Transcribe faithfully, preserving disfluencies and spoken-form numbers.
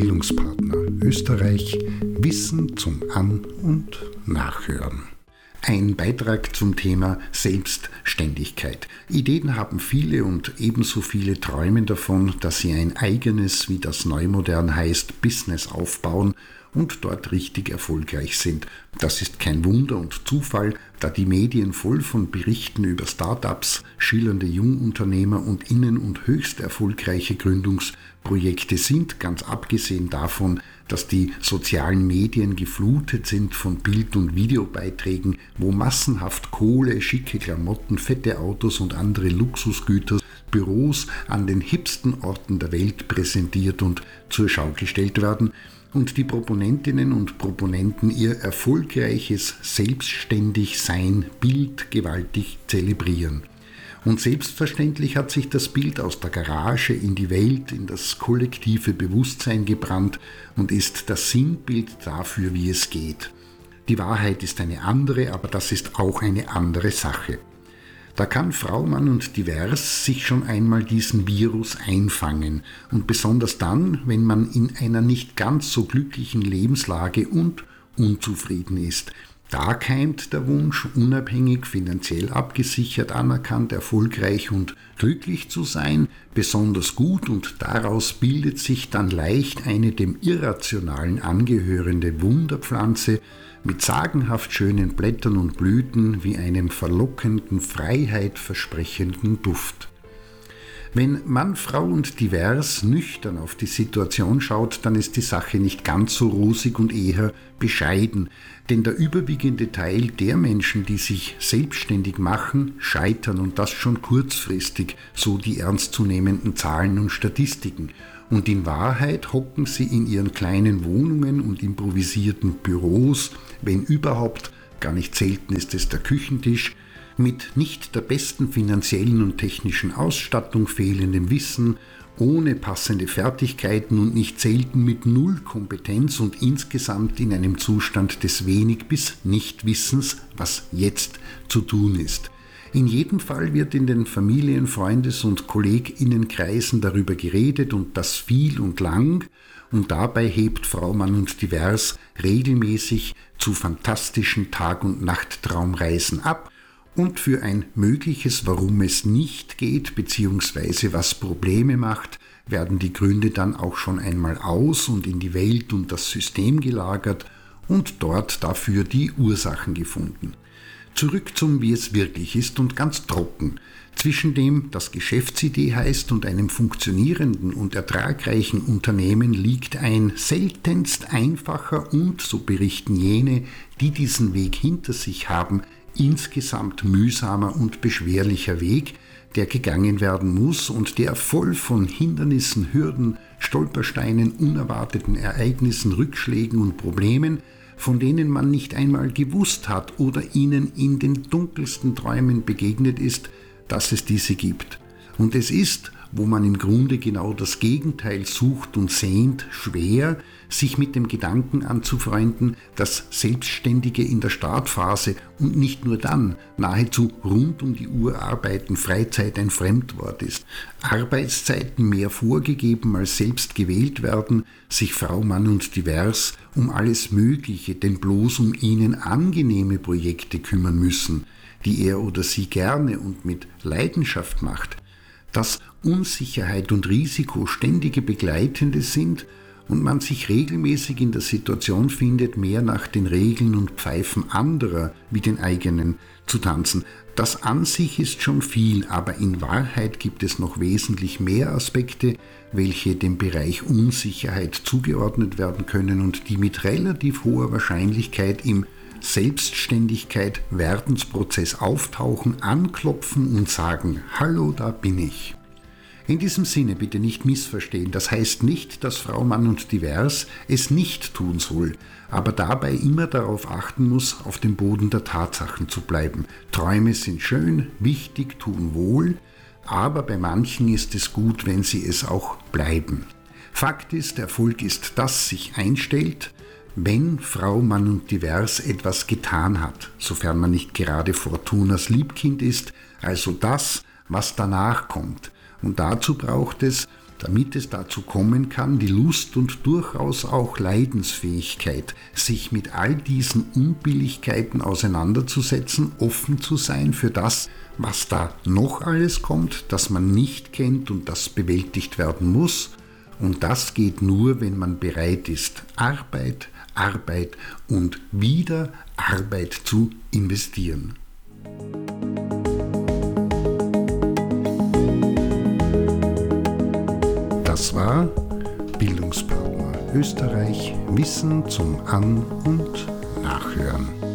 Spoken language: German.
Bildungspartner Österreich Wissen zum An- und Nachhören. Ein Beitrag zum Thema Selbstständigkeit. Ideen haben viele und ebenso viele träumen davon, dass sie ein eigenes, wie das neumodern heißt, Business aufbauen und dort richtig erfolgreich sind. Das ist kein Wunder und Zufall, da die Medien voll von Berichten über Startups, schillernde Jungunternehmer und innen- und höchst erfolgreiche Gründungsprojekte sind, ganz abgesehen davon, dass die sozialen Medien geflutet sind von Bild- und Videobeiträgen, wo massenhaft Kohle, schicke Klamotten, fette Autos und andere Luxusgüter, Büros an den hipsten Orten der Welt präsentiert und zur Schau gestellt werden und die Proponentinnen und Proponenten ihr erfolgreiches Selbstständigsein bildgewaltig zelebrieren. Und selbstverständlich hat sich das Bild aus der Garage in die Welt, in das kollektive Bewusstsein gebrannt und ist das Sinnbild dafür, wie es geht. Die Wahrheit ist eine andere, aber das ist auch eine andere Sache. Da kann Frau, Mann und Divers sich schon einmal diesen Virus einfangen und besonders dann, wenn man in einer nicht ganz so glücklichen Lebenslage und unzufrieden ist. Da keimt der Wunsch, unabhängig, finanziell abgesichert, anerkannt, erfolgreich und glücklich zu sein, besonders gut, und daraus bildet sich dann leicht eine dem Irrationalen angehörende Wunderpflanze mit sagenhaft schönen Blättern und Blüten wie einem verlockenden, Freiheit versprechenden Duft. Wenn Mann, Frau und Divers nüchtern auf die Situation schaut, dann ist die Sache nicht ganz so rosig und eher bescheiden, denn der überwiegende Teil der Menschen, die sich selbstständig machen, scheitern, und das schon kurzfristig, so die ernstzunehmenden Zahlen und Statistiken. Und in Wahrheit hocken sie in ihren kleinen Wohnungen und improvisierten Büros, wenn überhaupt, gar nicht selten ist es der Küchentisch, mit nicht der besten finanziellen und technischen Ausstattung, fehlendem Wissen, ohne passende Fertigkeiten und nicht selten mit null Kompetenz und insgesamt in einem Zustand des wenig bis Nichtwissens, was jetzt zu tun ist. In jedem Fall wird in den Familien-, Freundes- und KollegInnenkreisen darüber geredet, und das viel und lang, und dabei hebt Frau, Mann und Divers regelmäßig zu fantastischen Tag- und Nachttraumreisen ab, und für ein mögliches, warum es nicht geht, beziehungsweise was Probleme macht, werden die Gründe dann auch schon einmal aus und in die Welt und das System gelagert und dort dafür die Ursachen gefunden. Zurück zum, wie es wirklich ist, und ganz trocken. Zwischen dem, das Geschäftsidee heißt, und einem funktionierenden und ertragreichen Unternehmen liegt ein seltenst einfacher und, so berichten jene, die diesen Weg hinter sich haben, insgesamt mühsamer und beschwerlicher Weg, der gegangen werden muss und der voll von Hindernissen, Hürden, Stolpersteinen, unerwarteten Ereignissen, Rückschlägen und Problemen, von denen man nicht einmal gewusst hat oder ihnen in den dunkelsten Träumen begegnet ist, dass es diese gibt. Und es ist, wo man im Grunde genau das Gegenteil sucht und sehnt, schwer, sich mit dem Gedanken anzufreunden, dass Selbstständige in der Startphase und nicht nur dann nahezu rund um die Uhr arbeiten, Freizeit ein Fremdwort ist, Arbeitszeiten mehr vorgegeben als selbst gewählt werden, sich Frau, Mann und Divers um alles Mögliche, denn bloß um ihnen angenehme Projekte kümmern müssen, die er oder sie gerne und mit Leidenschaft macht, dass Unsicherheit und Risiko ständige Begleitende sind und man sich regelmäßig in der Situation findet, mehr nach den Regeln und Pfeifen anderer wie den eigenen zu tanzen. Das an sich ist schon viel, aber in Wahrheit gibt es noch wesentlich mehr Aspekte, welche dem Bereich Unsicherheit zugeordnet werden können und die mit relativ hoher Wahrscheinlichkeit im Selbstständigkeit-Werdensprozess auftauchen, anklopfen und sagen: Hallo, da bin ich. In diesem Sinne bitte nicht missverstehen, das heißt nicht, dass Frau, Mann und Divers es nicht tun soll, aber dabei immer darauf achten muss, auf dem Boden der Tatsachen zu bleiben. Träume sind schön, wichtig, tun wohl, aber bei manchen ist es gut, wenn sie es auch bleiben. Fakt ist, Erfolg ist das sich einstellt, wenn Frau, Mann und Divers etwas getan hat, sofern man nicht gerade Fortunas Liebkind ist, also das, was danach kommt. Und dazu braucht es, damit es dazu kommen kann, die Lust und durchaus auch Leidensfähigkeit, sich mit all diesen Unbilligkeiten auseinanderzusetzen, offen zu sein für das, was da noch alles kommt, das man nicht kennt und das bewältigt werden muss. Und das geht nur, wenn man bereit ist, Arbeit, Arbeit und wieder Arbeit zu investieren. Das war Bildungspartner Österreich, Wissen zum An- und Nachhören.